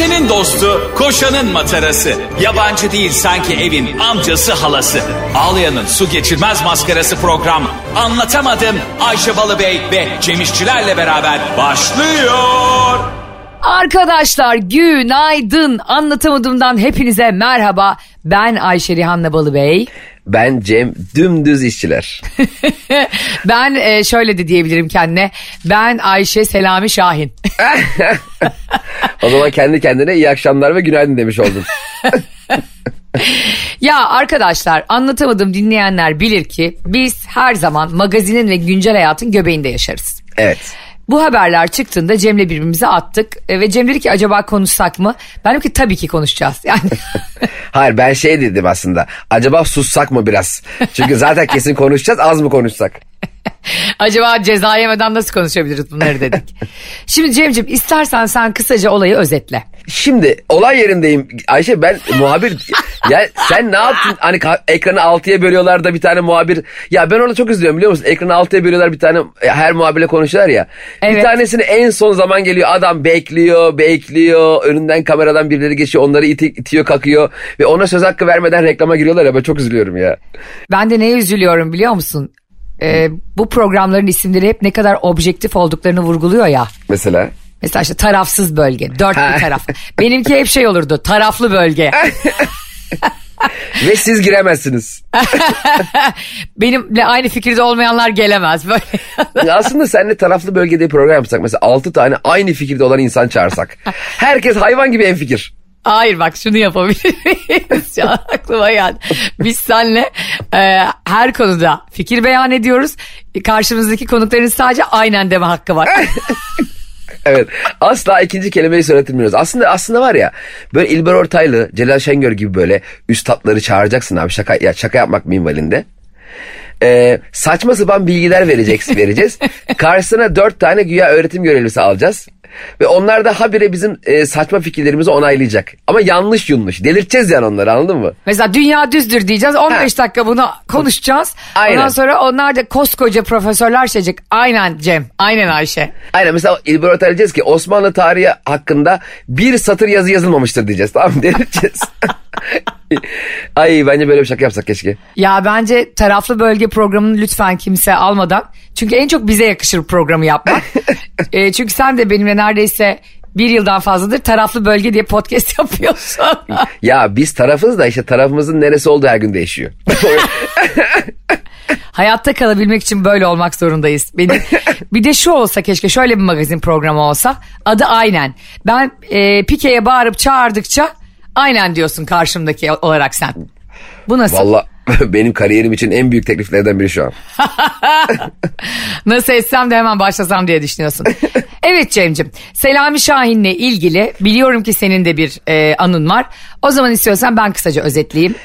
Ayşe'nin dostu, koşanın matarası. Yabancı değil sanki evin amcası halası. Ağlayan'ın su geçirmez maskarası program. Anlatamadım Ayşe Balıbey ve Cemişçilerle beraber başlıyor. Arkadaşlar günaydın. Anlatamadığımdan hepinize merhaba. Ben Ayşe Rihanna Balıbey. Ben Cem Dümdüz İşçiler. Ben şöyle de diyebilirim kendine. Ben Ayşe Selami Şahin. O zaman kendi kendine iyi akşamlar ve günaydın demiş oldun. Ya arkadaşlar, anlatamadım, dinleyenler bilir ki biz her zaman magazinin ve güncel hayatın göbeğinde yaşarız. Evet. Bu haberler çıktığında Cem'le birbirimize attık ve Cem dedi ki acaba konuşsak mı? Ben dedim ki tabii ki konuşacağız yani. Hayır, ben şey dedim aslında, acaba sussak mı biraz? Çünkü zaten kesin konuşacağız, az mı konuşsak? Acaba ceza yemeden nasıl konuşabiliriz bunları dedik. Şimdi Cem'ciğim, istersen sen kısaca olayı özetle. Şimdi olay yerindeyim Ayşe, ben muhabir. Ya sen ne yaptın? Hani ekranı 6'ya bölüyorlar da bir tane muhabir. Ya ben orada çok üzülüyorum, biliyor musun? Ekranı 6'ya bölüyorlar, bir tane her muhabirle konuşuyorlar ya. Evet. Bir tanesini en son zaman geliyor, adam bekliyor. Önünden kameradan birileri geçiyor, onları itiyor kakıyor. Ve ona söz hakkı vermeden reklama giriyorlar ya, ben çok üzülüyorum ya. Ben de neye üzülüyorum biliyor musun? Bu programların isimleri hep ne kadar objektif olduklarını vurguluyor ya. Mesela işte tarafsız bölge, dört bir taraf. Benimki hep şey olurdu, taraflı bölge. Ve siz giremezsiniz. Benimle aynı fikirde olmayanlar gelemez böyle. Aslında seninle taraflı bölge diye program yapsak, mesela 6 tane aynı fikirde olan insan çağırsak. Herkes hayvan gibi hemfikir. Hayır, bak şunu yapabiliriz. Ya, aklıma geldi. Biz seninle her konuda fikir beyan ediyoruz. Karşımızdaki konukların sadece aynen deme hakkı var. Evet, asla ikinci kelimeyi söyletilmiyoruz. Aslında var ya, böyle İlber Ortaylı, Celal Şengör gibi böyle üstatları çağıracaksın abi, şaka yapmak minvalinde. Saçma sapan bilgiler vereceğiz. Karşısına 4 tane güya öğretim görevlisi alacağız. Ve onlar da habire bizim saçma fikirlerimizi onaylayacak. Ama yanlış delirteceğiz yani onları, anladın mı? Mesela dünya düzdür diyeceğiz. 15 dakika bunu konuşacağız. Aynen. Ondan sonra onlar da koskoca profesörler şeyecek. Aynen Cem, aynen Ayşe. Aynen, mesela İlber Ortaylı diyeceğiz ki Osmanlı tarihi hakkında bir satır yazı yazılmamıştır diyeceğiz. Tamam mı? Delirteceğiz. Ay, bence böyle bir şaka yapsak keşke. Ya bence taraflı bölge programını lütfen kimse almadan. Çünkü en çok bize yakışır programı yapmak. Çünkü sen de benimle neredeyse 1 yıldan fazladır taraflı bölge diye podcast yapıyorsun. Ya biz tarafız da işte tarafımızın neresi olduğu her gün değişiyor. Hayatta kalabilmek için böyle olmak zorundayız. Bir de şu olsa keşke, şöyle bir magazin programı olsa. Adı aynen. Ben Pike'ye bağırıp çağırdıkça aynen diyorsun karşımdaki olarak sen. Bu nasıl? Vallahi benim kariyerim için en büyük tekliflerden biri şu an. Nasıl etsem de hemen başlasam diye düşünüyorsun. Evet Cem'ciğim, Selami Şahin'le ilgili biliyorum ki senin de bir anın var. O zaman istiyorsan ben kısaca özetleyeyim.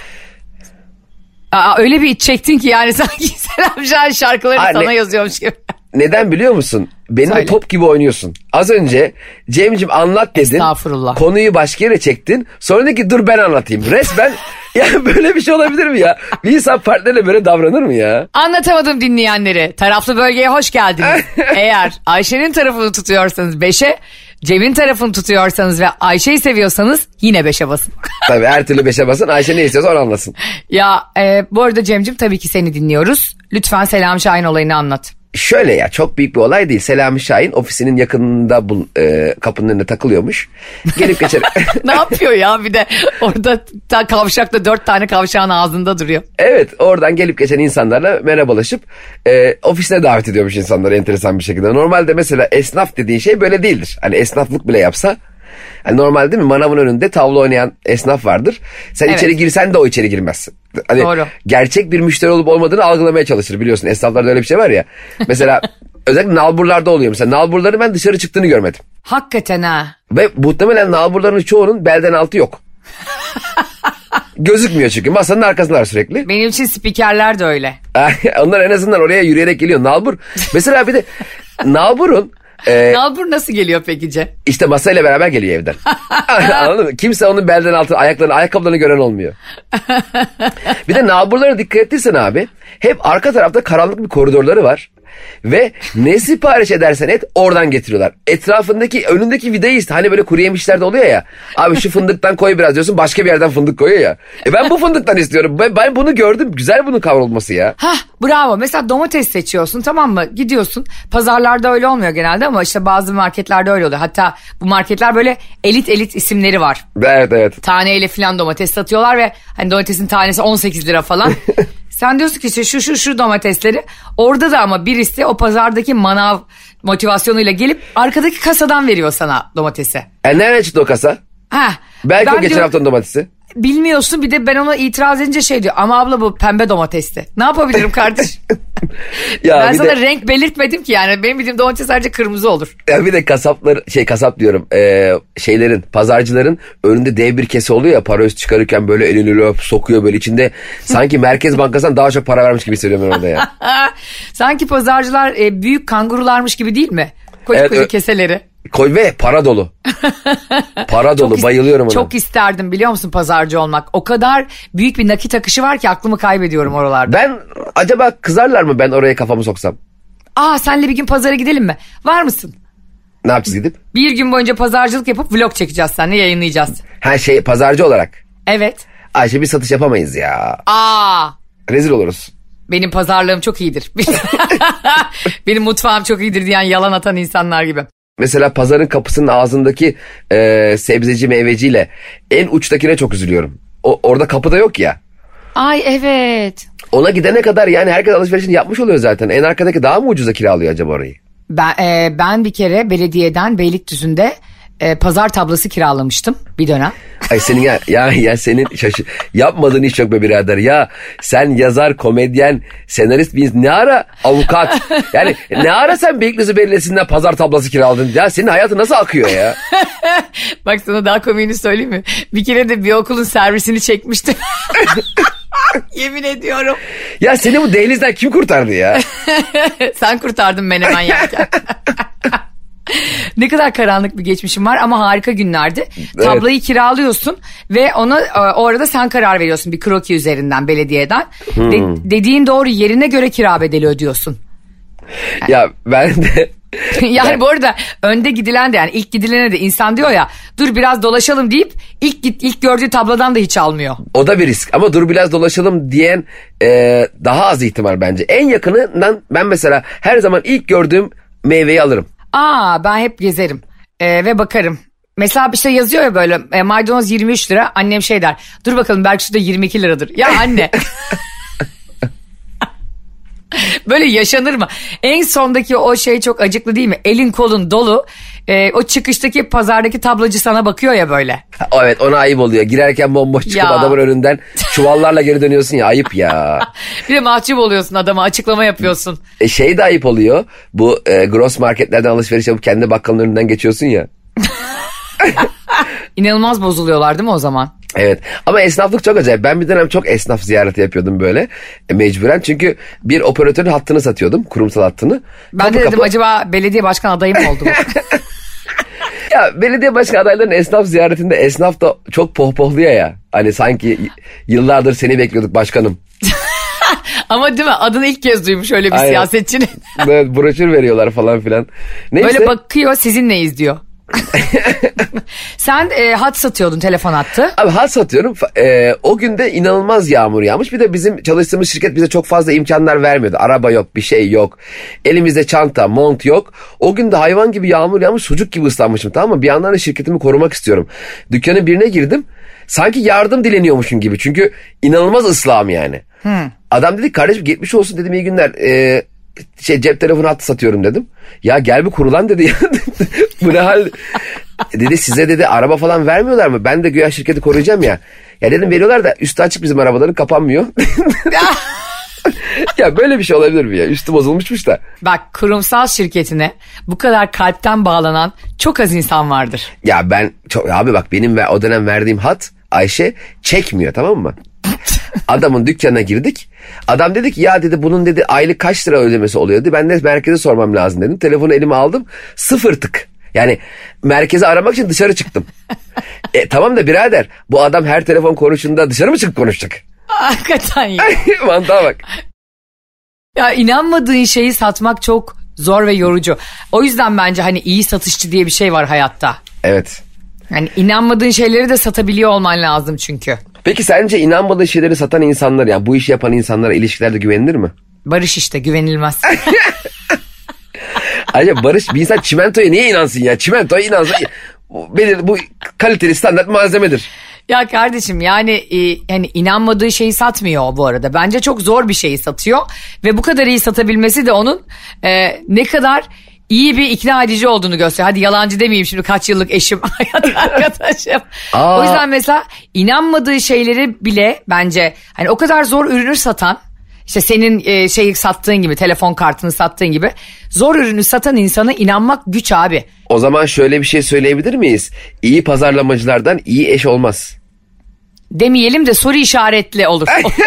Öyle bir iç çektin ki yani sanki Selami Şahin şarkılarını sana yazıyormuş gibi. Neden biliyor musun? Benimle top gibi oynuyorsun. Az önce Cem'ciğim anlat dedin. Estağfurullah. Konuyu başka yere çektin. Sonra dedi ki dur ben anlatayım. Resmen ya, böyle bir şey olabilir mi ya? Bir insan partnerine böyle davranır mı ya? Anlatamadım dinleyenleri. Taraflı bölgeye hoş geldiniz. Eğer Ayşe'nin tarafını tutuyorsanız 5'e, Cem'in tarafını tutuyorsanız ve Ayşe'yi seviyorsanız yine 5'e basın. Tabii her türlü 5'e basın. Ayşe ne istiyorsa onu anlasın. Ya bu arada Cem'ciğim tabii ki seni dinliyoruz. Lütfen Selami Şahin olayını anlat. Şöyle ya, çok büyük bir olay değil. Selami Şahin ofisinin yakınında kapının önüne takılıyormuş. Gelip geçer. Ne yapıyor ya, bir de orada kavşakta 4 tane kavşağın ağzında duruyor. Evet, oradan gelip geçen insanlarla merhabalaşıp ofisine davet ediyormuş insanları enteresan bir şekilde. Normalde mesela esnaf dediğin şey böyle değildir. Hani esnaflık bile yapsa. Yani normal değil mi? Manavın önünde tavla oynayan esnaf vardır. Sen içeri girsen de o içeri girmez. Hani doğru. Gerçek bir müşteri olup olmadığını algılamaya çalışır, biliyorsun. Esnaflarda öyle bir şey var ya. Mesela özellikle nalburlarda oluyor. Mesela nalburların ben dışarı çıktığını görmedim. Hakikaten ha. Ve muhtemelen nalburların çoğunun belden altı yok. Gözükmüyor çünkü. Masanın arkasındalar sürekli. Benim için spikerler de öyle. Onlar en azından oraya yürüyerek geliyor. Nalbur. Mesela bir de nalburun nalbur nasıl geliyor peki Ce? İşte masayla beraber geliyor evden. Anladın mı? Kimse onun belden altı ayakkabılarını gören olmuyor. Bir de nalburlara dikkat ettiysen abi, hep arka tarafta karanlık bir koridorları var. Ve ne sipariş edersen et oradan getiriyorlar. Etrafındaki önündeki vidayı iste. Hani böyle kuru yemişlerde oluyor ya. Abi şu fındıktan koy biraz diyorsun, başka bir yerden fındık koyuyor ya. Ben bu fındıktan istiyorum. Ben bunu gördüm. Güzel bunun kavrulması ya. Hah, bravo. Mesela domates seçiyorsun, tamam mı? Gidiyorsun. Pazarlarda öyle olmuyor genelde ama işte bazı marketlerde öyle oluyor. Hatta bu marketler böyle elit isimleri var. Evet. Taneyle falan domates satıyorlar ve hani domatesin tanesi 18 lira falan. Sen diyorsun ki işte şu domatesleri, orada da ama birisi o pazardaki manav motivasyonuyla gelip arkadaki kasadan veriyor sana domatesi. Nereden çıktı o kasa? Belki o geçen haftanın domatesi. Bilmiyorsun, bir de ben ona itiraz edince şey diyor, ama abla bu pembe domatesti. Ne yapabilirim kardeş? Ben sana renk belirtmedim ki, yani benim bildiğim domates sadece kırmızı olur. Ya bir de kasap diyorum, pazarcıların önünde dev bir kese oluyor ya, para üstü çıkarırken böyle elini sokuyor böyle içinde, sanki Merkez Bankası'ndan daha çok para vermiş gibi hissediyorum ben orada ya. Sanki pazarcılar büyük kangurularmış gibi değil mi? Koca keseleri. Koy ve para dolu. Para dolu, bayılıyorum ona. Çok isterdim biliyor musun pazarcı olmak. O kadar büyük bir nakit akışı var ki aklımı kaybediyorum oralarda. Ben acaba kızarlar mı ben oraya kafamı soksam? Senle bir gün pazara gidelim mi? Var mısın? Ne yapacağız gidip? Bir gün boyunca pazarcılık yapıp vlog çekeceğiz seninle, yayınlayacağız. Pazarcı olarak. Evet. Ayşe, bir satış yapamayız ya. Rezil oluruz. Benim pazarlığım çok iyidir. Benim mutfağım çok iyidir diyen yalan atan insanlar gibi. Mesela pazarın kapısının ağzındaki sebzeci meyveciyle en uçtakine çok üzülüyorum. Orada kapıda yok ya. Ay evet. Ona gidene kadar yani herkes alışverişini yapmış oluyor zaten. En arkadaki daha mı ucuza kiralıyor acaba orayı? Ben bir kere belediyeden Beylikdüzü'nde pazar tablası kiralamıştım bir dönem. Ay senin ya senin yapmadığın iş yok be birader ya. Sen yazar, komedyen, senarist bir ne ara avukat. Yani ne ara sen Beylikdüzü Belediyesi'nden pazar tablası kiraladın ya, senin hayatın nasıl akıyor ya? Bak sana daha komiğini söyleyeyim mi? Bir kere de bir okulun servisini çekmiştim. Yemin ediyorum. Ya seni bu dehlizden kim kurtardı ya? Sen kurtardın menemen yerken. Ne kadar karanlık bir geçmişim var ama harika günlerdi. Evet. Tablayı kiralıyorsun ve ona o arada sen karar veriyorsun bir kroki üzerinden belediyeden. Dediğin doğru, yerine göre kira bedeli ödüyorsun. Ya ben de... Yani bu arada önde gidilen de, yani ilk gidilene de insan diyor ya dur biraz dolaşalım deyip ilk gördüğü tabladan da hiç almıyor. O da bir risk ama dur biraz dolaşalım diyen daha az ihtimal bence. En yakınından ben mesela her zaman ilk gördüğüm meyveyi alırım. Ben hep gezerim ve bakarım. Mesela bir şey yazıyor ya böyle maydanoz 23 lira, annem şey der, dur bakalım belki şurada 22 liradır. Ya anne. Böyle yaşanır mı? En sondaki o şey çok acıklı değil mi? Elin kolun dolu. O çıkıştaki pazardaki tablacı sana bakıyor ya böyle. Evet, ona ayıp oluyor. Girerken bomboş çıkıp adamın önünden çuvallarla geri dönüyorsun ya, ayıp ya. Bir de mahcup oluyorsun, adama açıklama yapıyorsun. Şey de ayıp oluyor. Bu gross marketlerden alışveriş yapıp kendi bakkalın önünden geçiyorsun ya. İnanılmaz bozuluyorlar değil mi o zaman? Evet ama esnaflık çok acayip. Ben bir dönem çok esnaf ziyareti yapıyordum böyle mecburen. Çünkü bir operatörün hattını satıyordum, kurumsal hattını. Ben de dedim acaba belediye başkan adayı mı oldu bu? Ya belediye başkan adaylarının esnaf ziyaretinde esnaf da çok pohpohluyor ya. Hani sanki yıllardır seni bekliyorduk başkanım. Ama değil mi? Adını ilk kez duymuş öyle bir siyasetçinin. Evet, broşür veriyorlar falan filan. Neyse. Böyle bakıyor, sizinleyiz diyor. Sen hat satıyordun, telefon hattı. Abi hat satıyorum. O günde inanılmaz yağmur yağmış. Bir de bizim çalıştığımız şirket bize çok fazla imkanlar vermiyordu. Araba yok, bir şey yok. Elimizde çanta, mont yok. O günde hayvan gibi yağmur yağmış, sucuk gibi ıslanmışım, tamam mı? Bir yandan da şirketimi korumak istiyorum. Dükkanın birine girdim. Sanki yardım dileniyormuşum gibi. Çünkü inanılmaz ıslahım yani. Adam dedi kardeşim geçmiş olsun, dedim iyi günler. Cep telefonu hattı satıyorum dedim. Ya gel bir kurulan dedi ya. Bu ne hal? Dedi size dedi araba falan vermiyorlar mı? Ben de güya şirketi koruyacağım ya. Ya dedim veriyorlar da üstü açık bizim arabaların, kapanmıyor. Ya böyle bir şey olabilir mi ya? Üstü bozulmuşmuş da. Bak, kurumsal şirketine bu kadar kalpten bağlanan çok az insan vardır. Ya abi bak benim o dönem verdiğim hat Ayşe çekmiyor, tamam mı? Adamın dükkanına girdik. Adam dedi ki ya dedi bunun dedi aylık kaç lira ödemesi oluyor dedi. Ben de merkeze sormam lazım dedim. Telefonu elime aldım. 0 tık. Yani merkezi aramak için dışarı çıktım. Tamam da birader bu adam her telefon konuştuğunda dışarı mı çıkıp konuşacak? Hakikaten ya. Mantığa bak. Ya inanmadığın şeyi satmak çok zor ve yorucu. O yüzden bence hani iyi satışçı diye bir şey var hayatta. Evet. Yani inanmadığın şeyleri de satabiliyor olman lazım çünkü. Peki sence inanmadığı şeyleri satan insanlar, yani bu işi yapan insanlara ilişkilerde güvenilir mi? Barış işte güvenilmez. Ayrıca Barış, bir insan çimentoya niye inansın ya? Çimentoya inansın. Bu kaliteli standart malzemedir. Ya kardeşim yani inanmadığı şeyi satmıyor bu arada. Bence çok zor bir şeyi satıyor. Ve bu kadar iyi satabilmesi de onun ne kadar iyi bir ikna edici olduğunu gösteriyor. Hadi yalancı demeyeyim şimdi, kaç yıllık eşim, hayat arkadaşım. O yüzden mesela inanmadığı şeyleri bile bence hani o kadar zor ürünü satan, işte senin şeyi sattığın gibi, telefon kartını sattığın gibi zor ürünü satan insana inanmak güç abi. O zaman şöyle bir şey söyleyebilir miyiz? İyi pazarlamacılardan iyi eş olmaz. Demeyelim de soru işaretli olur.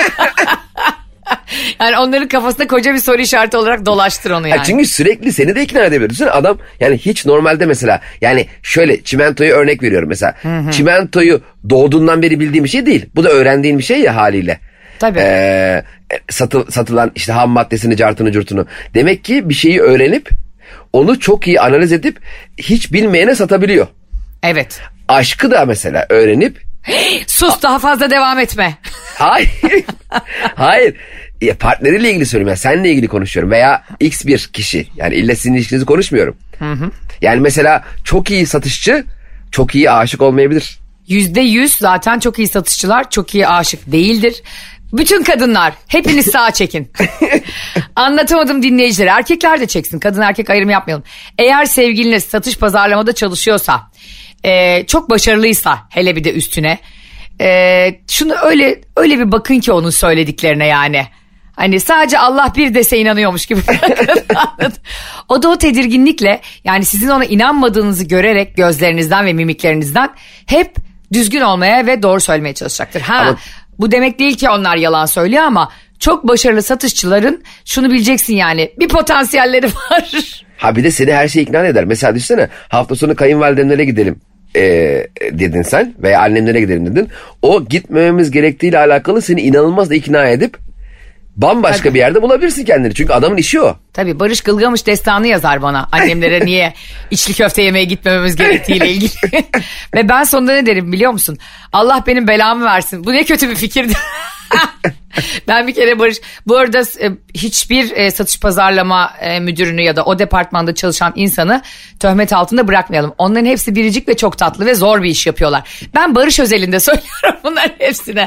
Yani onların kafasında koca bir soru işareti olarak dolaştır onu yani. Çünkü sürekli seni de ikna edebilir. Düşünsene adam yani hiç normalde mesela, yani şöyle çimentoyu örnek veriyorum mesela. Çimentoyu doğduğundan beri bildiğim bir şey değil. Bu da öğrendiğin bir şey ya haliyle. Tabii. Satılan işte ham maddesini, cartını, curtunu. Demek ki bir şeyi öğrenip onu çok iyi analiz edip hiç bilmeyene satabiliyor. Evet. Aşkı da mesela öğrenip... Sus, daha fazla devam etme. Hayır. Hayır. Ya partneriyle ilgili söylüyorum. Yani seninle ilgili konuşuyorum. Veya X bir kişi. Yani illa sizin ilişkinizi konuşmuyorum. Yani mesela çok iyi satışçı çok iyi aşık olmayabilir. %100 zaten çok iyi satışçılar çok iyi aşık değildir. Bütün kadınlar hepiniz sağa çekin. Anlatamadım dinleyicileri. Erkekler de çeksin. Kadın erkek ayrımı yapmayalım. Eğer sevgiliniz satış pazarlamada çalışıyorsa, çok başarılıysa, hele bir de üstüne, şunu öyle bir bakın ki onun söylediklerine yani. Hani sadece Allah bir dese inanıyormuş gibi. O da o tedirginlikle, yani sizin ona inanmadığınızı görerek gözlerinizden ve mimiklerinizden hep düzgün olmaya ve doğru söylemeye çalışacaktır. Ama... Bu demek değil ki onlar yalan söylüyor ama çok başarılı satışçıların şunu bileceksin yani, bir potansiyelleri var. Ha bir de seni her şeye ikna eder. Mesela düşünsene, hafta sonu kayınvalidemlere gidelim dedin sen veya annemlere gidelim dedin. O gitmememiz gerektiğiyle alakalı seni inanılmaz da ikna edip bambaşka bir yerde bulabilirsin kendini. Çünkü adamın işi o. Tabii Barış Gılgamış destanı yazar bana. Annemlere niye içli köfte yemeye gitmememiz gerektiğiyle ilgili. Ve ben sonunda ne derim biliyor musun? Allah benim belamı versin. Bu ne kötü bir fikirdi. Ben bir kere Barış... Bu arada hiçbir satış pazarlama müdürünü ya da o departmanda çalışan insanı töhmet altında bırakmayalım. Onların hepsi biricik ve çok tatlı ve zor bir iş yapıyorlar. Ben Barış özelinde söylüyorum bunların hepsine.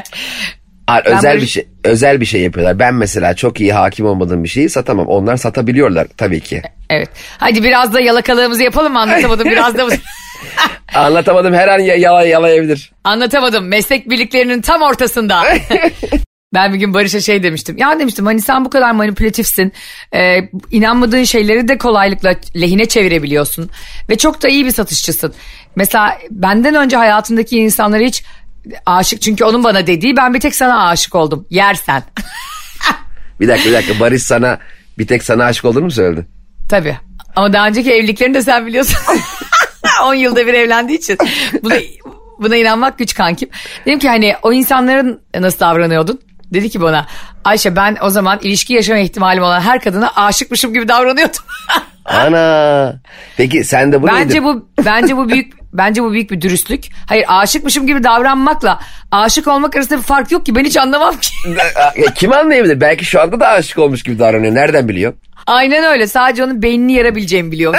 Özel bir şey yapıyorlar. Ben mesela çok iyi hakim olmadığım bir şeyi satamam. Onlar satabiliyorlar tabii ki. Evet. Hadi biraz da yalakalığımızı yapalım mı? Anlatamadım biraz da. Anlatamadım, her an yalayabilir. Anlatamadım. Meslek birliklerinin tam ortasında. Ben bir gün Barış'a şey demiştim. Ya demiştim, hani sen bu kadar manipülatifsin. İnanmadığın şeyleri de kolaylıkla lehine çevirebiliyorsun. Ve çok da iyi bir satışçısın. Mesela benden önce hayatındaki insanları hiç aşık, çünkü onun bana dediği, ben bir tek sana aşık oldum. Yersen. Bir dakika. Barış sana bir tek sana aşık olduğunu mu söyledi? Tabii. Ama daha önceki evliliklerini de sen biliyorsun. 10 yılda bir evlendiği için. Buna inanmak güç kankim. Dedim ki hani o insanların nasıl davranıyordun? Dedi ki bana, Ayşe ben o zaman ilişki yaşama ihtimalim olan her kadına aşıkmışım gibi davranıyordum. Ana. Peki sen de bu bence bu büyük bir dürüstlük. Hayır, aşıkmışım gibi davranmakla aşık olmak arasında bir fark yok ki, ben hiç anlamam ki. Kim anlayabilir? Belki şu anda da aşık olmuş gibi davranıyor. Nereden biliyor? Aynen öyle. Sadece onun beynini yarabileceğimi biliyorum.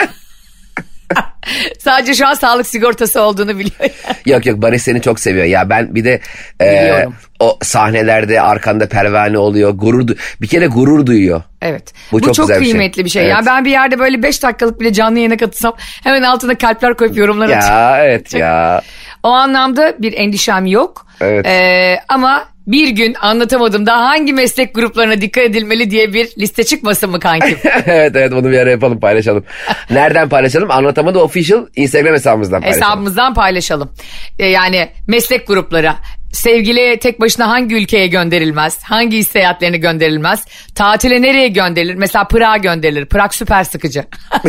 Sadece şu an sağlık sigortası olduğunu biliyor. Yok Barış seni çok seviyor. Ya ben bir de o sahnelerde arkanda pervane oluyor. Bir kere gurur duyuyor. Evet. Bu çok kıymetli bir şey. Evet. Ya ben bir yerde böyle 5 dakikalık bile canlı yayına katılsam hemen altına kalpler koyup yorumlar atıyorum. Ya evet ya. O anlamda bir endişem yok. Evet. Ama bir gün anlatamadım daha hangi meslek gruplarına dikkat edilmeli diye bir liste çıkmasın mı kankim? Evet bunu bir ara yapalım, paylaşalım. Nereden paylaşalım? Anlatamadı Official Instagram hesabımızdan paylaşalım. Hesabımızdan paylaşalım. Yani meslek grupları. Sevgili tek başına hangi ülkeye gönderilmez? Hangi iş seyahatlerine gönderilmez? Tatile nereye gönderilir? Mesela Prag'a gönderilir. Prag süper sıkıcı.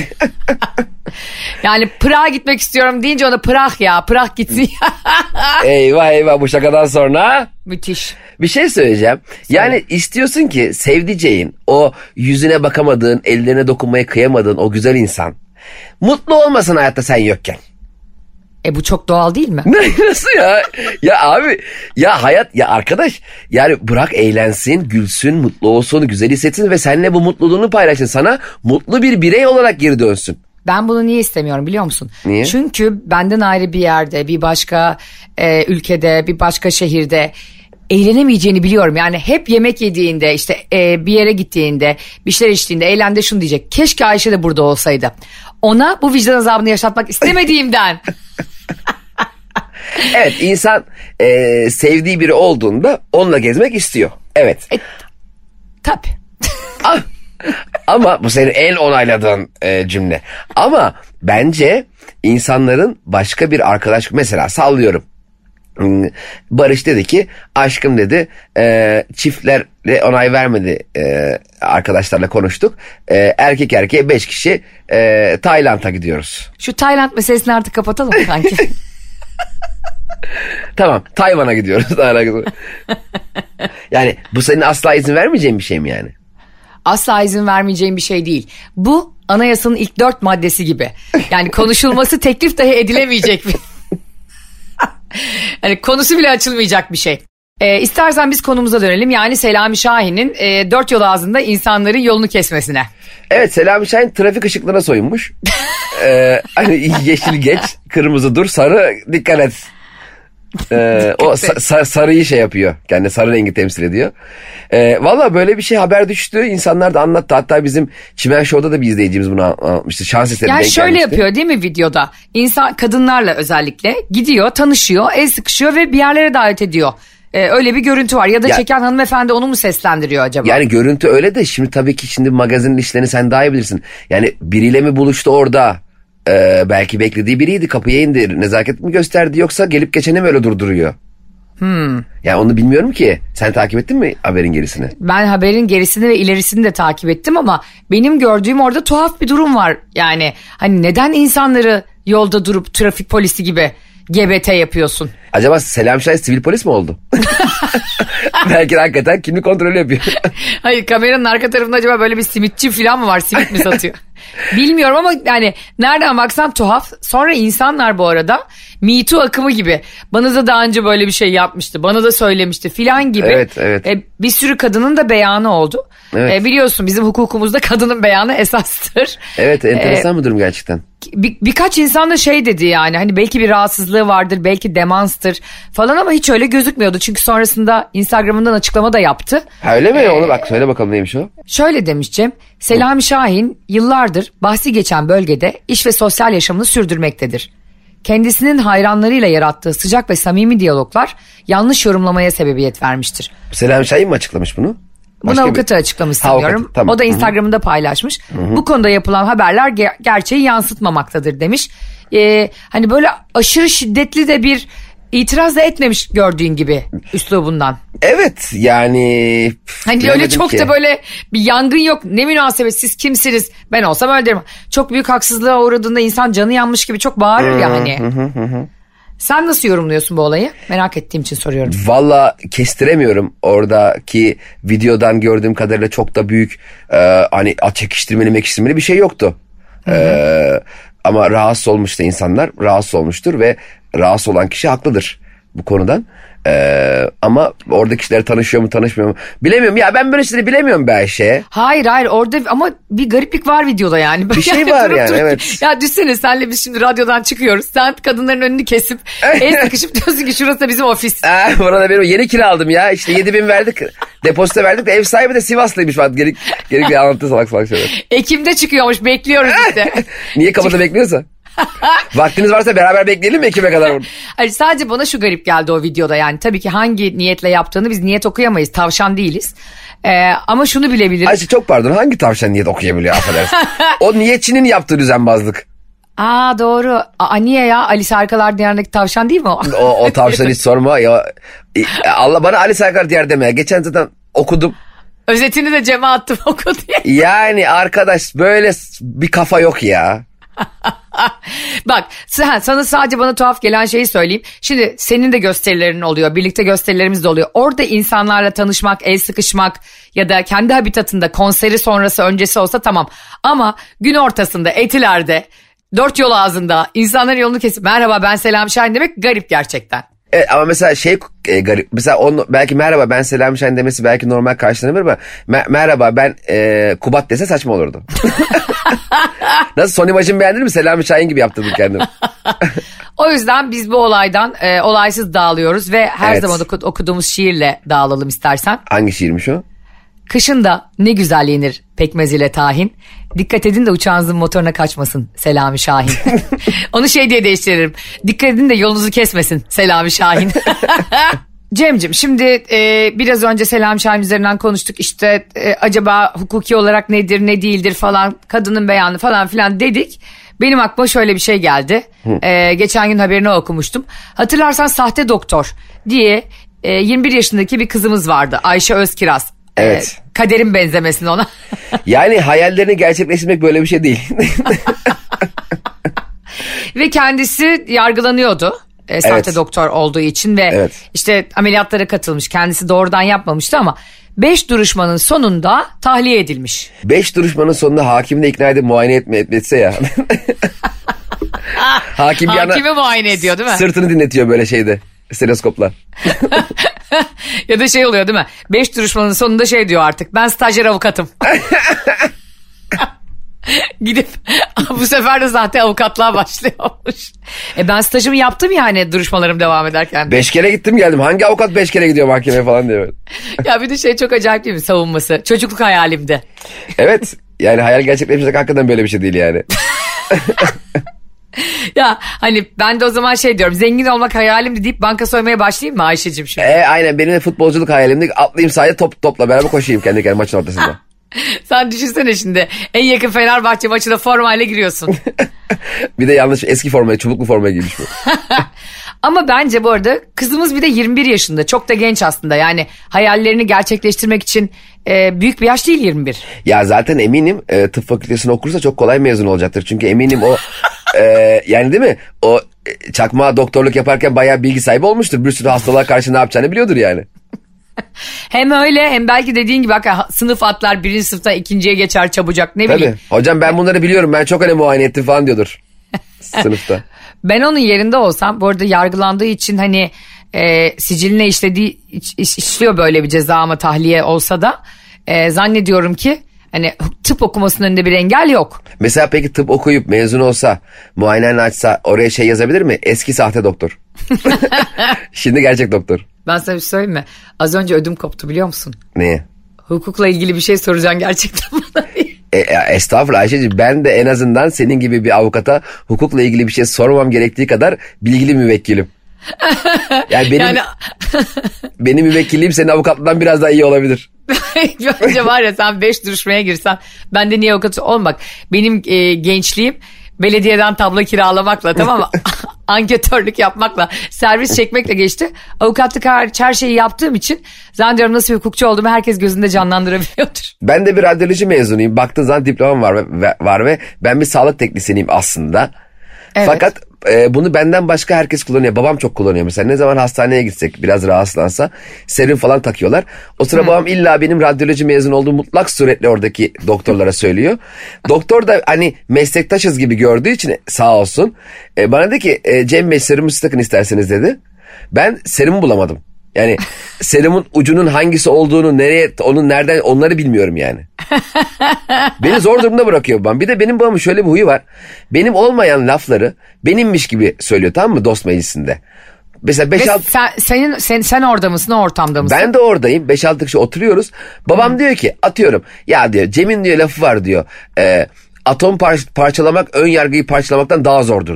Yani Prag'a gitmek istiyorum deyince ona Prag ya. Prag gitsin. Eyvah bu şakadan sonra. Müthiş. Bir şey söyleyeceğim. Yani istiyorsun ki sevdiceğin, o yüzüne bakamadığın, ellerine dokunmaya kıyamadığın o güzel insan mutlu olmasın hayatta sen yokken. Bu çok doğal değil mi? Nasıl ya? Ya abi, ya hayat, ya arkadaş, yani bırak eğlensin, gülsün, mutlu olsun, güzel hissetsin ve seninle bu mutluluğunu paylaşsın. Sana mutlu bir birey olarak geri dönsün. Ben bunu niye istemiyorum biliyor musun? Niye? Çünkü benden ayrı bir yerde, bir başka ülkede, bir başka şehirde eğlenemeyeceğini biliyorum. Yani hep yemek yediğinde, işte bir yere gittiğinde, bir şeyler içtiğinde, eğlendi şunu diyecek. Keşke Ayşe de burada olsaydı. Ona bu vicdan azabını yaşatmak istemediğimden. Evet, insan sevdiği biri olduğunda onunla gezmek istiyor. Evet. Tabii. Ama bu senin en onayladığın cümle. Ama bence insanların başka bir arkadaş, mesela sallıyorum. Barış dedi ki aşkım dedi, çiftlerle onay vermedi, arkadaşlarla konuştuk. Erkek erkeğe 5 kişi Tayland'a gidiyoruz. Şu Tayland meselesini artık kapatalım mı kanki? Tamam, Tayvan'a gidiyoruz. Yani bu senin asla izin vermeyeceğin bir şey mi yani? Asla izin vermeyeceğim bir şey değil. Bu anayasanın ilk 4 maddesi gibi. Yani konuşulması teklif dahi edilemeyecek bir. Hani konusu bile açılmayacak bir şey. İstersen biz konumuza dönelim. Yani Selami Şahin'in 4 yol ağzında insanların yolunu kesmesine. Evet, Selami Şahin trafik ışıklarına soyunmuş. Hani yeşil geç, kırmızı dur, sarı dikkat et. O sarıyı şey yapıyor. Yani sarı rengi temsil ediyor. Valla böyle bir şey haber düştü. İnsanlar da anlattı. Hatta bizim Çimen Show'da da bir izleyicimiz bunu anlatmıştı. Şans eseri yani denk şöyle gelmişti. yapıyor değil mi videoda? İnsan kadınlarla özellikle gidiyor, tanışıyor, el sıkışıyor ve bir yerlere davet ediyor. Öyle bir görüntü var. Ya da çeken hanımefendi onu mu seslendiriyor acaba? Yani görüntü öyle de şimdi tabii ki şimdi magazinin işlerini sen daha iyi bilirsin. Yani biriyle mi buluştu orada? Belki beklediği biriydi, kapıya indi, nezaket mi gösterdi, yoksa gelip geçene mi öyle durduruyor? Yani onu bilmiyorum ki. Sen takip ettin mi haberin gerisini? Ben haberin gerisini ve ilerisini de takip ettim ama benim gördüğüm orada tuhaf bir durum var. Yani hani neden insanları yolda durup trafik polisi gibi GBT yapıyorsun? Acaba Selam Şahin sivil polis mi oldu? Belki de hakikaten kimlik kontrolü yapıyor. Hayır, kameranın arka tarafında acaba böyle bir simitçi falan mı var? Simit mi satıyor? Bilmiyorum ama yani nereden baksan tuhaf. Sonra insanlar bu arada Me Too akımı gibi. Bana da daha önce böyle bir şey yapmıştı. Bana da söylemişti filan gibi. Evet. Bir sürü kadının da beyanı oldu. Evet. Biliyorsun bizim hukukumuzda kadının beyanı esastır. Evet, enteresan bir durum gerçekten. Birkaç insan da şey dedi yani hani belki bir rahatsızlığı vardır, belki demanstır falan ama hiç öyle gözükmüyordu. Çünkü sonrasında Instagram'ından açıklama da yaptı. Ha, öyle mi? Onu bak söyle bakalım neymiş o? Şöyle demiş Cem, Selami Şahin yıllardır bahsi geçen bölgede iş ve sosyal yaşamını sürdürmektedir. Kendisinin hayranlarıyla yarattığı sıcak ve samimi diyaloglar yanlış yorumlamaya sebebiyet vermiştir. Selam Şahin mi açıklamış bunu? Bunu avukatı açıklamış sanıyorum. Avukatı, tamam. O da Instagram'ında paylaşmış. Bu konuda yapılan haberler gerçeği yansıtmamaktadır demiş. Hani böyle aşırı şiddetli de bir itiraz da etmemiş gördüğün gibi üslubundan. Evet yani. Hani öyle çok da böyle bir yangın yok. Ne münasebet, siz kimsiniz? Ben olsam öyle derim. Çok büyük haksızlığa uğradığında insan canı yanmış gibi çok bağırır ya hani. Sen nasıl yorumluyorsun bu olayı? Merak ettiğim için soruyorum. Valla kestiremiyorum. Oradaki videodan gördüğüm kadarıyla çok da büyük hani çekiştirmeli mekiştirmeli bir şey yoktu. Ama rahatsız olmuştu insanlar. Rahatsız olmuştur ve rahatsız olan kişi haklıdır bu konudan. Ama orada kişiler tanışıyor mu tanışmıyor mu bilemiyorum. Ya ben böyle şeyleri bilemiyorum be Ayşe. Hayır orada ama bir gariplik var videoda yani. Bir şey var yani evet. Ya düşsene senle biz şimdi radyodan çıkıyoruz. Sen kadınların önünü kesip el sıkışıp diyorsun ki şurası da bizim ofis. Burada benim yeni kira aldım ya. İşte 7.000 verdik. Depozito verdik de ev sahibi de Sivaslıymış falan. Gerekli anlattı salak şeyler. Ekim'de çıkıyormuş, bekliyoruz işte. Niye kapıda bekliyorsa? Vaktiniz varsa beraber bekleyelim mi Ekim'e kadar? Hayır, sadece bana şu garip geldi o videoda yani. Tabii ki hangi niyetle yaptığını biz niyet okuyamayız. Tavşan değiliz. Ama şunu bilebiliriz. Ayşe çok pardon, hangi tavşan niyet okuyabiliyor affedersin? O niyetçinin yaptığı düzenbazlık. Aa doğru. Niye ya? Alice Harikalar Diyarı'ndaki tavşan değil mi o? O tavşan hiç sorma ya. Allah bana Alice Harikalar Diyarı deme ya. Geçen zaten okudum. Özetini de Cem'e attım oku diye. Yani arkadaş böyle bir kafa yok ya. Bak sana sadece bana tuhaf gelen şeyi söyleyeyim. Şimdi senin de gösterilerin oluyor. Birlikte gösterilerimiz de oluyor. Orada insanlarla tanışmak, el sıkışmak ya da kendi habitatında konseri sonrası öncesi olsa tamam. Ama gün ortasında Etiler'de 4 yol ağzında insanların yolunu kesip merhaba ben Selami Şahin demek garip gerçekten. Evet, ama mesela garip. Mesela belki merhaba ben Selami Şahin demesi belki normal karşılanır ama merhaba ben Kubat dese saçma olurdu. Nasıl son imajımı beğendin mi? Selami Şahin gibi yaptırdım kendimi. O yüzden biz bu olaydan olaysız dağılıyoruz ve her zaman okuduğumuz şiirle dağılalım istersen. Hangi şiirmiş o? Kışın da ne güzel yenir pekmez ile tahin. Dikkat edin de uçağınızın motoruna kaçmasın Selami Şahin. Onu diye değiştiririm. Dikkat edin de yolunuzu kesmesin Selami Şahin. Cem'cim şimdi biraz önce Selami Şahin üzerinden konuştuk. İşte acaba hukuki olarak nedir ne değildir falan kadının beyanı falan filan dedik. Benim aklıma şöyle bir şey geldi. Geçen gün haberini okumuştum. Hatırlarsan Sahte Doktor diye 21 yaşındaki bir kızımız vardı. Ayşe Özkiraz. Evet. Kaderin benzemesin ona. Yani hayallerini gerçekleştirmek böyle bir şey değil. Ve kendisi yargılanıyordu. Sahte doktor olduğu için ve işte ameliyatlara katılmış. Kendisi doğrudan yapmamıştı ama 5 duruşmanın sonunda tahliye edilmiş. 5 duruşmanın sonunda hakim de ikna edip muayene etse ya. Hakimi muayene ediyor değil mi? Sırtını dinletiyor böyle stetoskopla. Ya da oluyor değil mi? 5 duruşmanın sonunda diyor artık. Ben stajyer avukatım. Gidip bu sefer de zaten avukatlığa başlıyormuş. Ben stajımı yaptım yani duruşmalarım devam ederken. 5 kere gittim geldim. Hangi avukat 5 kere gidiyor mahkemeye falan diyor. Ya bir de çok acayip değil mi savunması? Çocukluk hayalimdi. Evet. Yani hayal gerçekleşmeyecek hakikaten böyle bir şey değil yani. Ya hani ben de o zaman diyorum zengin olmak hayalimdi deyip banka soymaya başlayayım mı Ayşe'cim şimdi? Aynen benim de futbolculuk hayalimdi. Atlayayım sahaya topla beraber koşayım kendi kendime maçın ortasında. Sen düşünsene şimdi en yakın Fenerbahçe maçına formayla giriyorsun. Bir de yanlış eski formayı çubuklu formayı giymiş bu. Ama bence bu arada kızımız bir de 21 yaşında çok da genç aslında yani hayallerini gerçekleştirmek için büyük bir yaş değil 21. Ya zaten eminim tıp fakültesini okursa çok kolay mezun olacaktır. Çünkü eminim o yani değil mi o çakma doktorluk yaparken bayağı bilgi sahibi olmuştur. Bir sürü hastalığa karşı ne yapacağını biliyordur yani. Hem öyle hem belki dediğin gibi sınıf atlar 1. sınıftan 2'ye geçer çabucak ne bileyim. Tabii hocam ben bunları biliyorum ben çok muayene ettim falan diyordur sınıfta. Ben onun yerinde olsam bu arada yargılandığı için hani siciline işliyor böyle bir ceza ama tahliye olsa da zannediyorum ki hani tıp okumasının önünde bir engel yok. Mesela peki tıp okuyup mezun olsa muayeneni açsa oraya yazabilir mi? Eski sahte doktor. Şimdi gerçek doktor. Ben sana bir şey söyleyeyim mi? Az önce ödüm koptu biliyor musun? Neye? Hukukla ilgili bir şey soracaksın gerçekten bana. Estağfurullah Ayşe'ciğim ben de en azından senin gibi bir avukata hukukla ilgili bir şey sormam gerektiği kadar bilgili müvekkilim. Yani benim müvekkilliğim senin avukatlığından biraz daha iyi olabilir. Bence var ya sen 5 duruşmaya girsen ben de niye avukatı olmak benim gençliğim belediyeden tablo kiralamakla tamam mı? Anketörlük yapmakla servis çekmekle geçti. Avukatlık hariç her şeyi yaptığım için zannediyorum nasıl bir hukukçu olduğumu herkes gözünde canlandırabiliyordur. Ben de bir radyoloji mezunuyum. Baktığın zaman diplomam var ve ben bir sağlık teknisyeniyim aslında. Evet. Fakat bunu benden başka herkes kullanıyor. Babam çok kullanıyor mesela. Ne zaman hastaneye gitsek biraz rahatsızlansa serum falan takıyorlar. O sıra babam illa benim radyoloji mezun olduğum mutlak suretle oradaki doktorlara söylüyor. Doktor da hani meslektaşız gibi gördüğü için sağ olsun. Bana dedi ki Cem Bey serumu siz takın isterseniz dedi. Ben serumu bulamadım. Yani serumun ucunun hangisi olduğunu nereden onları bilmiyorum yani. Beni zor durumda bırakıyor babam. Bir de benim babamın şöyle bir huyu var. Benim olmayan lafları benimmiş gibi söylüyor tamam mı dost meclisinde. Mesela 5-6 sen orada mısın o ortamda mısın? Ben de oradayım 5-6 kişi oturuyoruz. Babam diyor ki atıyorum ya diyor Cem'in diyor lafı var diyor. Atom parçalamak ön yargıyı parçalamaktan daha zordur diyor.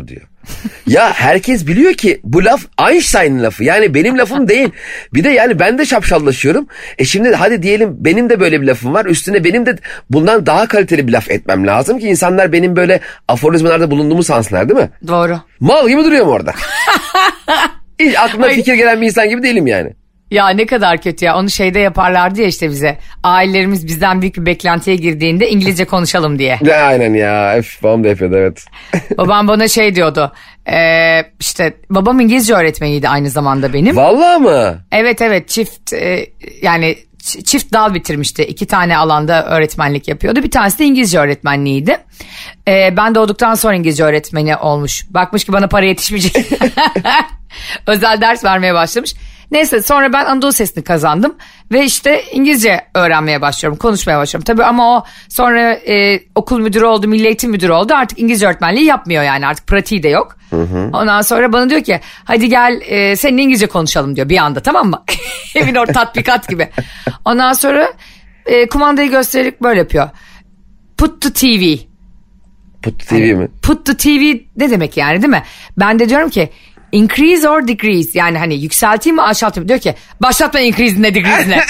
Ya herkes biliyor ki bu laf Einstein'ın lafı. Yani benim lafım değil. Bir de yani ben de şapşallaşıyorum. Şimdi hadi diyelim benim de böyle bir lafım var. Üstüne benim de bundan daha kaliteli bir laf etmem lazım ki insanlar benim böyle aforizmalarda bulunduğumu sansınlar, değil mi? Doğru. Mal gibi duruyorum orada. Hiç aklına fikir gelen bir insan gibi değilim yani. Ya ne kadar kötü ya. Onu şeyde yaparlardı ya işte bize. Ailelerimiz bizden büyük bir beklentiye girdiğinde İngilizce konuşalım diye. Ya aynen ya. Babam da yapıyordu, evet. Babam bana şey diyordu. İşte babam İngilizce öğretmeniydi aynı zamanda benim. Vallahi mı? Evet çift yani çift dal bitirmişti. 2 tane alanda öğretmenlik yapıyordu. Bir tanesi de İngilizce öğretmenliğiydi. Ben doğduktan sonra İngilizce öğretmeni olmuş. Bakmış ki bana para yetişmeyecek. Özel ders vermeye başlamış. Neyse sonra ben Anadolu Sesi'ni kazandım. Ve işte İngilizce öğrenmeye başlıyorum. Konuşmaya başlıyorum. Tabii ama o sonra okul müdürü oldu, milli eğitim müdürü oldu. Artık İngilizce öğretmenliği yapmıyor yani. Artık pratiği de yok. Hı. Ondan sonra bana diyor ki hadi gel seninle İngilizce konuşalım diyor bir anda, tamam mı? Evin orada tatbikat gibi. Ondan sonra kumandayı göstererek böyle yapıyor. Put the TV. Put the TV mi? Put the TV ne demek yani, değil mi? Ben de diyorum ki increase or decrease, yani hani yükselteyim mi aşağıtayım mı? Diyor ki başlatma increase ne decrease ne.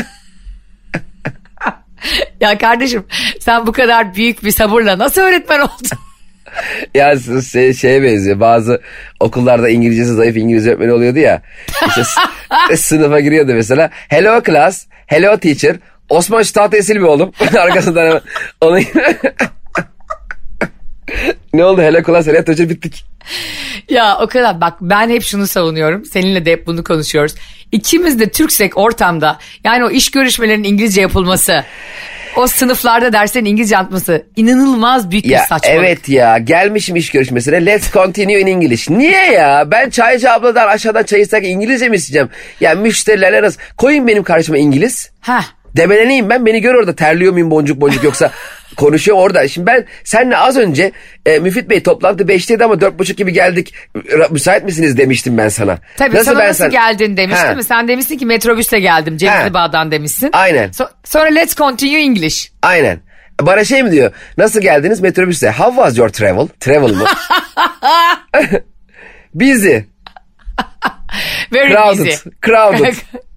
Ya kardeşim sen bu kadar büyük bir sabırla nasıl öğretmen oldun? Ya şeye benziyor. Bazı okullarda İngilizcesi zayıf İngilizce öğretmeni oluyordu ya. İşte sınıfa giriyordu mesela. Hello class, hello teacher. Osman şu tahtayı sil bir oğlum. Arkasından hemen onu... Ne oldu? Hello class, hello teacher, bittik. Ya o kadar bak, ben hep şunu savunuyorum. Seninle de hep bunu konuşuyoruz. İkimiz de Türksek ortamda, yani o iş görüşmelerinin İngilizce yapılması, o sınıflarda derslerin İngilizce yapması inanılmaz büyük bir saçmalık. Evet ya, gelmişim iş görüşmesine, let's continue in English. Niye ya? Ben çaycı abladan aşağıdan çay isterken İngilizce mi isteyeceğim? Ya müşterilerle arası koyun benim karşıma İngiliz. Heh. Debeleneyim ben, beni gör orada, terliyor muyum boncuk boncuk yoksa konuşuyor orada. Şimdi ben seninle az önce Müfit Bey toplantı 5'teydi ama 4.30 gibi geldik, müsait misiniz demiştim ben sana. Tabii nasıl geldin demiştim değil mi? Sen demişsin ki metrobüsle geldim Cevizli Bağ'dan demişsin. Aynen. Sonra let's continue English. Aynen. Bana şey mi diyor, nasıl geldiniz metrobüsle, how was your travel? Travel mı? Busy. Very crowded. busy. Crowded.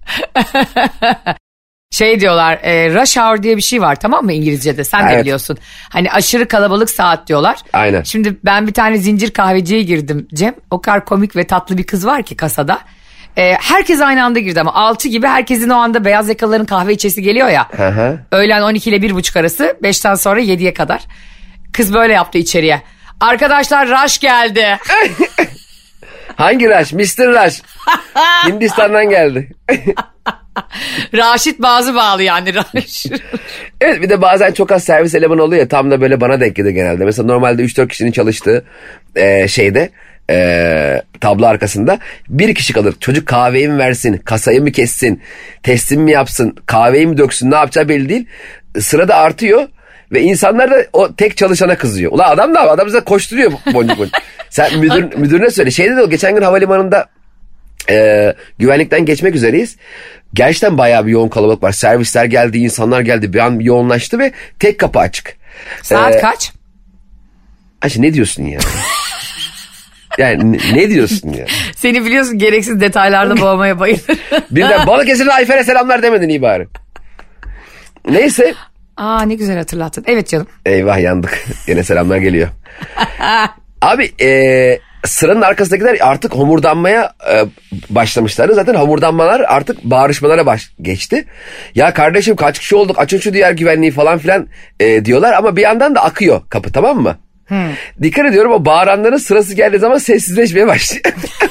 Şey diyorlar, rush hour diye bir şey var, tamam mı İngilizce'de, sen de biliyorsun. Hani aşırı kalabalık saat diyorlar. Aynen. Şimdi ben bir tane zincir kahveciye girdim Cem. O kadar komik ve tatlı bir kız var ki kasada. Herkes aynı anda girdi ama 6 gibi herkesin o anda beyaz yakalıların kahve içesi geliyor ya. Hı. Öğlen 12 ile 1.30 arası, 5'ten sonra 7'ye kadar. Kız böyle yaptı içeriye. Arkadaşlar rush geldi. Hangi rush? Mr. Rush. Hindistan'dan geldi. Raşit bazı bağlı yani rush. Evet, bir de bazen çok az servis elemanı oluyor ya, tam da böyle bana denk geliyor genelde. Mesela normalde 3-4 kişinin çalıştığı şeyde tablo arkasında bir kişi kalır. Çocuk kahveyi mi versin, kasayı mı kessin, teslim mi yapsın, kahveyi mi döksün, ne yapacağı belli değil. Sırada artıyor ve insanlar da o tek çalışana kızıyor. Ulan adam bize koşturuyor boncuk boncuk. Sen müdürüne söyle. Şeyde de o geçen gün havalimanında güvenlikten geçmek üzereyiz. Gerçekten bayağı bir yoğun kalabalık var. Servisler geldi, insanlar geldi. Bir an yoğunlaştı ve tek kapı açık. Saat kaç? Ayşe ne diyorsun ya? Yani ne diyorsun ya? Seni biliyorsun, gereksiz detaylarla boğmaya bayılır. Birden Balıkesir'de Ayfer'e selamlar demedin iyi bari. Neyse. Ne güzel hatırlattın. Evet canım. Eyvah, yandık. Yine selamlar geliyor. Abi sıranın arkasındakiler artık homurdanmaya başlamışlardı. Zaten homurdanmalar artık bağırışmalara geçti. Ya kardeşim kaç kişi olduk, açın şu diğer güvenliği falan filan diyorlar ama bir yandan da akıyor kapı, tamam mı? Dikkat ediyorum, o bağıranların sırası geldiği zaman sessizleşmeye başlıyor.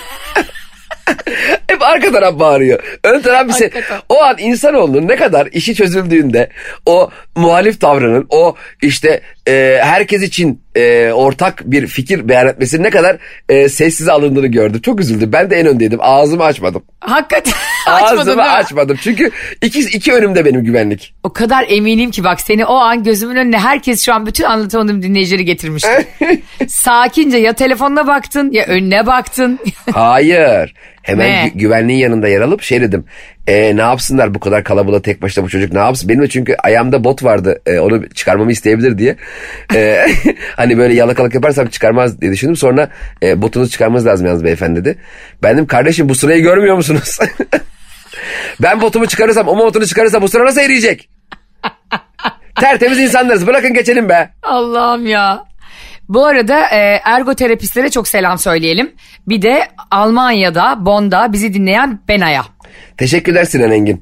Hep arka taraf bağırıyor. Ön taraf bir şey. O an insanoğlunun ne kadar işi çözüldüğünde o muhalif tavrının, o işte herkes için ortak bir fikir beyan etmesinin ne kadar sessize alındığını gördüm. Çok üzüldüm. Ben de en öndeydim. Ağzımı açmadım. Hakikaten ağzımı açmadım. Çünkü iki önümde benim güvenlik. O kadar eminim ki bak, seni o an gözümün önüne herkes, şu an bütün anlatamadığım dinleyicileri getirmişti. Sakince ya telefonuna baktın ya önüne baktın. Hayır. Hemen güvenliğin yanında yer alıp şey dedim. Ne yapsınlar bu kadar kalabalığa tek başına bu çocuk ne yapsın? Benim de çünkü ayağımda bot vardı. Onu çıkarmamı isteyebilir diye. Hani böyle yalakalık yaparsam çıkarmaz diye düşündüm. Sonra botunuzu çıkarmanız lazım yalnız beyefendi dedi. Ben dedim kardeşim bu sırayı görmüyor musunuz? Ben botumu çıkarırsam o botunu çıkarırsam bu sıra nasıl eriyecek? Tertemiz insanlarız bırakın geçelim be. Allah'ım ya. Bu arada ergoterapistlere çok selam söyleyelim. Bir de Almanya'da, Bonn'da bizi dinleyen Benay'a. Teşekkürler Sinan Engin.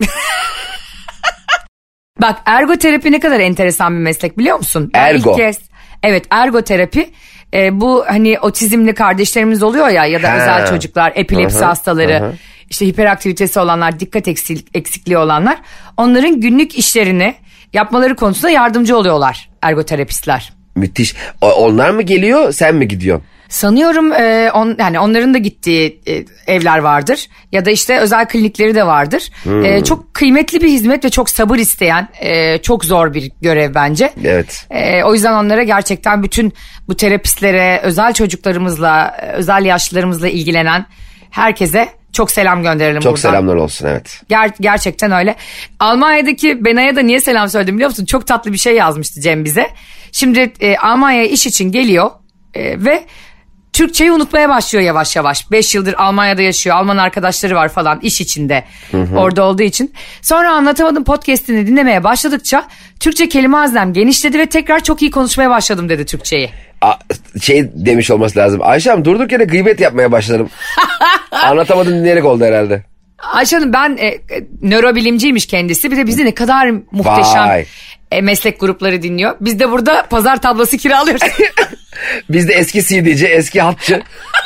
Bak ergoterapi ne kadar enteresan bir meslek biliyor musun? Ergo. Evet ergoterapi bu hani otizmli kardeşlerimiz oluyor ya da özel çocuklar, epilepsi hastaları, işte hiperaktivitesi olanlar, dikkat eksikliği olanlar. Onların günlük işlerini yapmaları konusunda yardımcı oluyorlar ergoterapistler. Müthiş. Onlar mı geliyor sen mi gidiyorsun? Sanıyorum yani onların da gittiği evler vardır ya da işte özel klinikleri de vardır. Çok kıymetli bir hizmet ve çok sabır isteyen çok zor bir görev bence. Evet. O yüzden onlara gerçekten bütün bu terapistlere, özel çocuklarımızla, özel yaşlılarımızla ilgilenen herkese çok selam gönderelim çok buradan. Çok selamlar olsun evet. Gerçekten öyle. Almanya'daki Benay'a da niye selam söyledim biliyor musun? Çok tatlı bir şey yazmıştı Cem bize. Şimdi Almanya'ya iş için geliyor ve Türkçeyi unutmaya başlıyor yavaş yavaş. 5 yıldır Almanya'da yaşıyor. Alman arkadaşları var falan iş içinde orada olduğu için. Sonra Anlatamadım podcast'ini dinlemeye başladıkça Türkçe kelime haznem genişledi ve tekrar çok iyi konuşmaya başladım dedi Türkçeyi. Şey demiş olması lazım. Ayşe Hanım durduk yere gıybet yapmaya başladım. Anlatamadım dinleyerek oldu herhalde. Ayşe Hanım ben nörobilimciymiş kendisi. Bir de bizi ne kadar muhteşem meslek grupları dinliyor. Biz de burada pazar tablası kiralıyoruz. Biz de eski CD'ci, eski hatçı.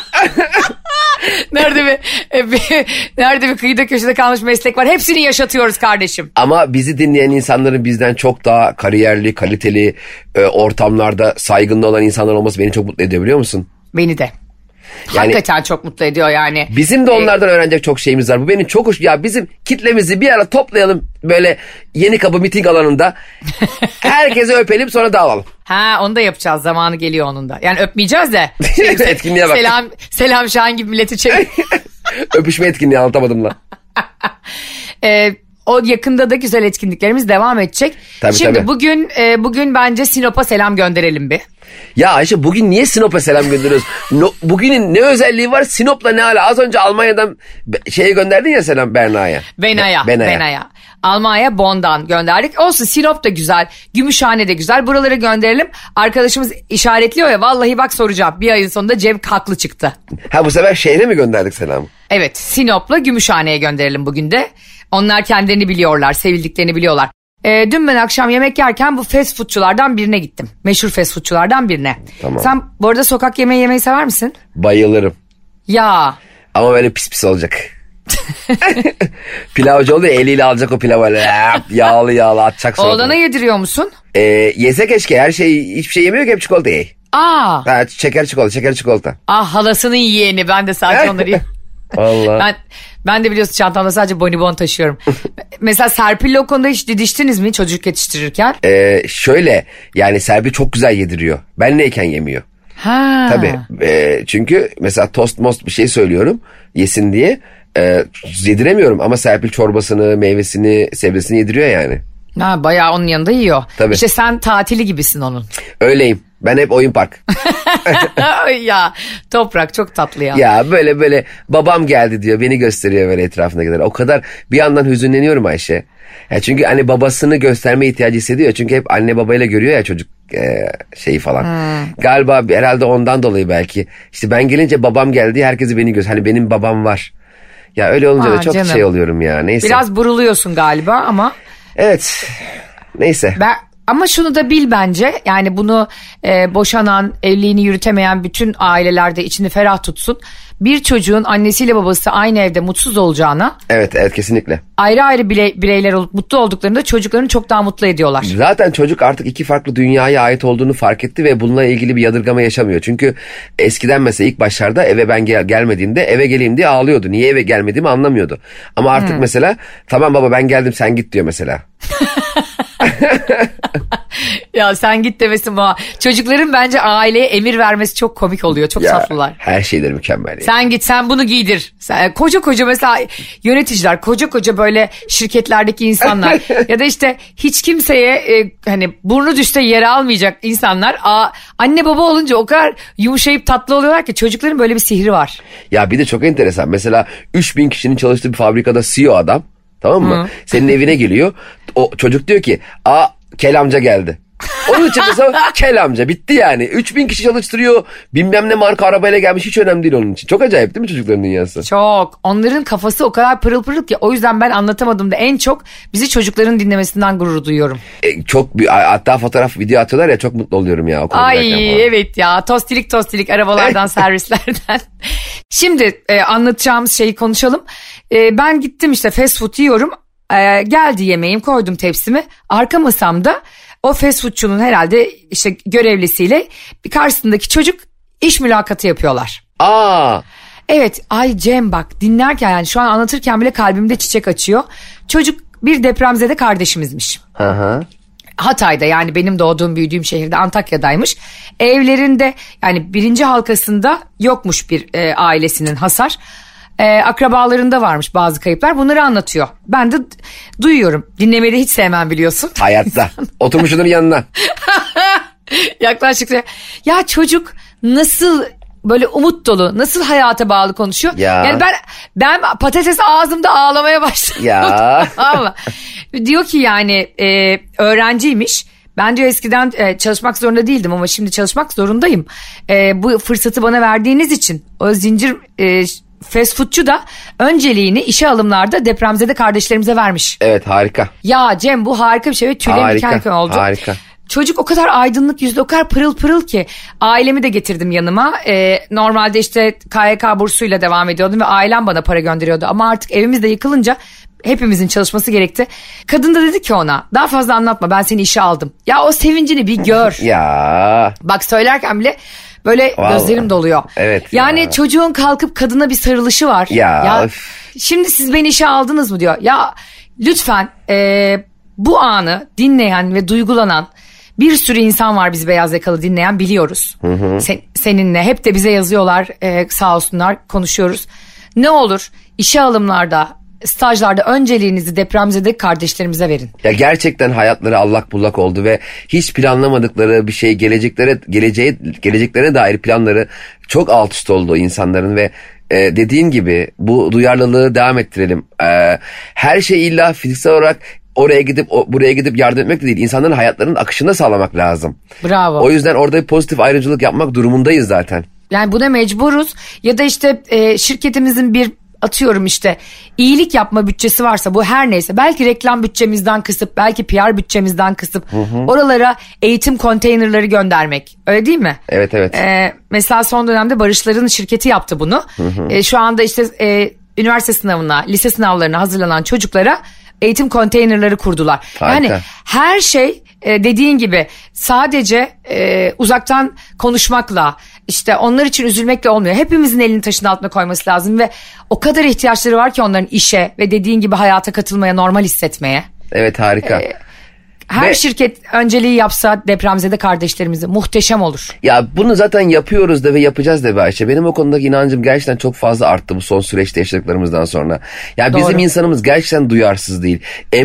Nerede bir kıyıda köşede kalmış meslek var. Hepsini yaşatıyoruz kardeşim. Ama bizi dinleyen insanların bizden çok daha kariyerli, kaliteli ortamlarda saygınlı olan insanlar olması beni çok mutlu ediyor biliyor musun? Beni de. Yani, hakikaten çok mutlu ediyor yani. Bizim de onlardan öğrenecek çok şeyimiz var. Bu benim çok hoş. Ya bizim kitlemizi bir ara toplayalım böyle Yenikapı miting alanında. Herkese öpelim sonra dağılalım. Onu da yapacağız. Zamanı geliyor onun da. Yani öpmeyeceğiz de. Etkinliğe bak. Selam Şahin gibi milleti çevir. Öpüşme etkinliği Anlatamadım lan. O yakında da güzel etkinliklerimiz devam edecek. Şimdi bugün bence Sinop'a selam gönderelim bir. Ya Ayşe bugün niye Sinop'a selam gönderiyoruz? Bugünün ne özelliği var? Sinop'la ne ala? Az önce Almanya'dan şeye gönderdin ya selam Berna'ya. Benay'a. Almanya Bonn'dan gönderdik. Olsun Sinop da güzel. Gümüşhane de güzel. Buralara gönderelim. Arkadaşımız işaretliyor ya. Vallahi bak soracağım. Bir ayın sonunda Cem haklı çıktı. Bu sefer şehre mi gönderdik selamı? Evet Sinop'la Gümüşhane'ye gönderelim bugün de. Onlar kendilerini biliyorlar. Sevildiklerini biliyorlar. Dün ben akşam yemek yerken bu fast foodçulardan birine gittim. Meşhur fast foodçulardan birine. Tamam. Sen bu arada sokak yemeği yemeyi sever misin? Bayılırım. Ya. Ama böyle pis pis olacak. Pilavcı oluyor eliyle alacak o pilavı öyle yağlı atacak sonra. Oğlana yediriyor musun? Yese keşke hiçbir şey yemiyor ki hep çikolata ye. Şeker çikolata. Halasının yeğeni ben de sadece onları yiyorum. Allah. Ben de biliyorsun çantamda sadece bonibon taşıyorum. Mesela Serpil'le o konuda hiç didiştiniz mi çocuk yetiştirirken? Şöyle yani Serpil çok güzel yediriyor. Ben neyken yemiyor. Tabii çünkü mesela tost most bir şey söylüyorum yesin diye yediremiyorum ama Serpil çorbasını, meyvesini, sebzesini yediriyor yani. Bayağı onun yanında yiyor. Tabii. İşte sen tatili gibisin onun. Öyleyim. Ben hep oyun park. Ya Toprak çok tatlı ya. Ya böyle babam geldi diyor beni gösteriyor böyle etrafındakiler. O kadar bir yandan hüzünleniyorum Ayşe. Ya çünkü hani babasını gösterme ihtiyacı hissediyor. Çünkü hep anne babayla görüyor ya çocuk şeyi falan. Galiba herhalde ondan dolayı belki. İşte ben gelince babam geldi herkesi beni göster. Hani benim babam var. Ya öyle olunca da çok canım. Şey oluyorum ya neyse. Biraz buruluyorsun galiba ama. Evet neyse. Ama şunu da bil bence yani bunu boşanan, evliliğini yürütemeyen bütün ailelerde içini ferah tutsun. Bir çocuğun annesiyle babası aynı evde mutsuz olacağına. Evet kesinlikle. Ayrı ayrı bireyler olup mutlu olduklarında çocuklarını çok daha mutlu ediyorlar. Zaten çocuk artık iki farklı dünyaya ait olduğunu fark etti ve bununla ilgili bir yadırgama yaşamıyor. Çünkü eskiden mesela ilk başlarda eve ben gelmediğimde eve geleyim diye ağlıyordu. Niye eve gelmediğimi anlamıyordu. Ama artık mesela tamam baba ben geldim sen git diyor mesela. Ya sen git demesin bana. Çocukların bence aileye emir vermesi çok komik oluyor. Çok saflılar. Her şeyleri mükemmel. Yani. Sen git, sen bunu giydir. Sen, koca mesela yöneticiler, koca böyle şirketlerdeki insanlar ya da işte hiç kimseye hani burnu düşse yere almayacak insanlar. Anne baba olunca o kadar yumuşayıp tatlı oluyorlar ki çocukların böyle bir sihri var. Ya bir de çok enteresan. Mesela 3000 kişinin çalıştığı bir fabrikada CEO adam, tamam mı? Senin evine geliyor. O çocuk diyor ki, Kel amca geldi. Onun için mesela Kel amca bitti yani. 3000 kişi çalıştırıyor. Bilmem ne marka arabayla gelmiş, hiç önemli değil onun için. Çok acayip değil mi çocukların dünyası? Çok. Onların kafası o kadar pırıl pırıl ki, o yüzden ben anlatamadım da en çok bizi çocukların dinlemesinden gurur duyuyorum. Çok hatta fotoğraf video atıyorlar ya, çok mutlu oluyorum ya. Ay evet ya, tostilik arabalardan servislerden. Şimdi anlatacağımız şeyi konuşalım. Ben gittim işte fast food yiyorum. Geldi yemeğim, koydum tepsimi. Arka masamda o fast foodçunun herhalde işte görevlisiyle karşısındaki çocuk iş mülakatı yapıyorlar. Evet, ay Cem bak dinlerken, yani şu an anlatırken bile kalbimde çiçek açıyor. Çocuk bir depremzede kardeşimizmiş. Hatay'da, yani benim doğduğum büyüdüğüm şehirde, Antakya'daymış. Evlerinde yani birinci halkasında yokmuş bir ailesinin hasar. Akrabalarında varmış bazı kayıplar, bunları anlatıyor. Ben de duyuyorum. Dinlemeyi de hiç sevmem biliyorsun. Hayatta. Oturmuşunun yanına. Yaklaşık. Ya çocuk nasıl böyle umut dolu, nasıl hayata bağlı konuşuyor. Ya. Yani ben patates ağzımda ağlamaya başladım. Ya. Ama diyor ki yani öğrenciymiş. Ben diyor eskiden çalışmak zorunda değildim ama şimdi çalışmak zorundayım. Bu fırsatı bana verdiğiniz için o zincir fast foodçu da önceliğini işe alımlarda depremzede kardeşlerimize vermiş. Evet, harika. Ya Cem, bu harika bir şey ve tüylerim diken diken oldu. Harika. Çocuk o kadar aydınlık yüzlü, o kadar pırıl pırıl ki ailemi de getirdim yanıma. Normalde işte KYK bursuyla devam ediyordum ve ailem bana para gönderiyordu. Ama artık evimiz de yıkılınca hepimizin çalışması gerekti. Kadın da dedi ki ona, daha fazla anlatma, ben seni işe aldım. Ya o sevincini bir gör. Ya. Bak söylerken bile böyle vallahi gözlerim doluyor. Evet. Yani ya. Çocuğun kalkıp kadına bir sarılışı var. Ya. Şimdi siz beni işe aldınız mı diyor. Ya lütfen bu anı dinleyen ve duygulanan bir sürü insan var, biz beyaz yakalı dinleyen, biliyoruz. Seninle hep de bize yazıyorlar, sağ olsunlar, konuşuyoruz. Ne olur işe alımlarda, stajlarda önceliğinizi depremzede kardeşlerimize verin. Ya gerçekten hayatları allak bullak oldu ve hiç planlamadıkları bir şey, geleceklerine dair planları çok alt üst oldu insanların ve dediğin gibi bu duyarlılığı devam ettirelim. Her şey illa fiziksel olarak oraya gidip buraya gidip yardım etmek de değil. İnsanların hayatlarının akışını sağlamak lazım. Bravo. O yüzden orada bir pozitif ayrımcılık yapmak durumundayız zaten. Yani buna mecburuz. Ya da işte şirketimizin bir, atıyorum işte, iyilik yapma bütçesi varsa, bu her neyse, belki reklam bütçemizden kısıp, belki PR bütçemizden kısıp oralara eğitim konteynerları göndermek, öyle değil mi? Evet. Mesela son dönemde Barışlar'ın şirketi yaptı bunu. Şu anda işte üniversite sınavına, lise sınavlarına hazırlanan çocuklara eğitim konteynerları kurdular. Harika. Yani her şey dediğin gibi sadece uzaktan konuşmakla, işte onlar için üzülmekle olmuyor. Hepimizin elini taşın altına koyması lazım ve o kadar ihtiyaçları var ki onların işe ve dediğin gibi hayata katılmaya, normal hissetmeye. Evet, harika. Her şirket önceliği yapsa depremzede kardeşlerimizi, muhteşem olur. Ya bunu zaten yapıyoruz da ve yapacağız da be Ayşe. Benim o konudaki inancım gerçekten çok fazla arttı bu son süreçte yaşadıklarımızdan sonra. Yani bizim insanımız gerçekten duyarsız değil.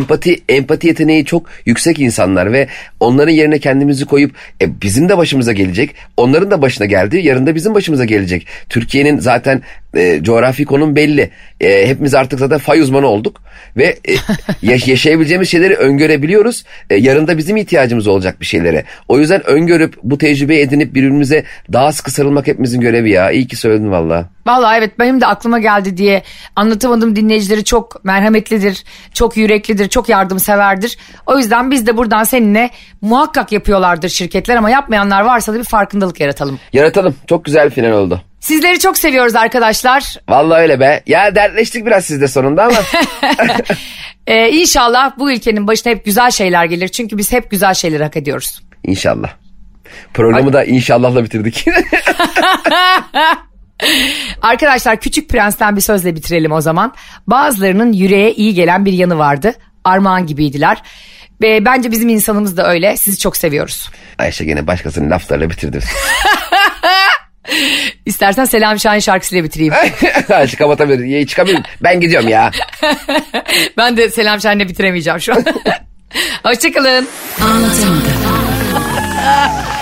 Empati yeteneği çok yüksek insanlar ve onların yerine kendimizi koyup bizim de başımıza gelecek. Onların da başına geldi. Yarın da bizim başımıza gelecek. Türkiye'nin zaten coğrafi konum belli. Hepimiz artık zaten fay uzmanı olduk ve yaşayabileceğimiz şeyleri öngörebiliyoruz. Yarın da bizim ihtiyacımız olacak bir şeylere. O yüzden öngörüp bu tecrübeyi edinip birbirimize daha sıkı sarılmak hepimizin görevi ya. İyi ki söyledin valla. Valla evet, benim de aklıma geldi diye anlatamadım, dinleyicileri çok merhametlidir, çok yüreklidir, çok yardımseverdir. O yüzden biz de buradan seninle, muhakkak yapıyorlardır şirketler ama yapmayanlar varsa da bir farkındalık yaratalım. Yaratalım. Çok güzel bir final oldu. Sizleri çok seviyoruz arkadaşlar. Vallahi öyle be. Ya dertleştik biraz sizde sonunda ama. İnşallah bu ülkenin başına hep güzel şeyler gelir. Çünkü biz hep güzel şeyleri hak ediyoruz. İnşallah. Programı da inşallahla bitirdik. Arkadaşlar, Küçük Prens'ten bir sözle bitirelim o zaman. Bazılarının yüreğe iyi gelen bir yanı vardı. Armağan gibiydiler. Bence bizim insanımız da öyle. Sizi çok seviyoruz. Ayşe gene başkasının laflarıyla bitirdi. İstersen Selam Şahin şarkısıyla bitireyim. Ayşe kapatabilir. Çıkabilirim. Ben gidiyorum ya. Ben de Selam Şahin'le bitiremeyeceğim şu an. Hoşçakalın. Anlatamadım.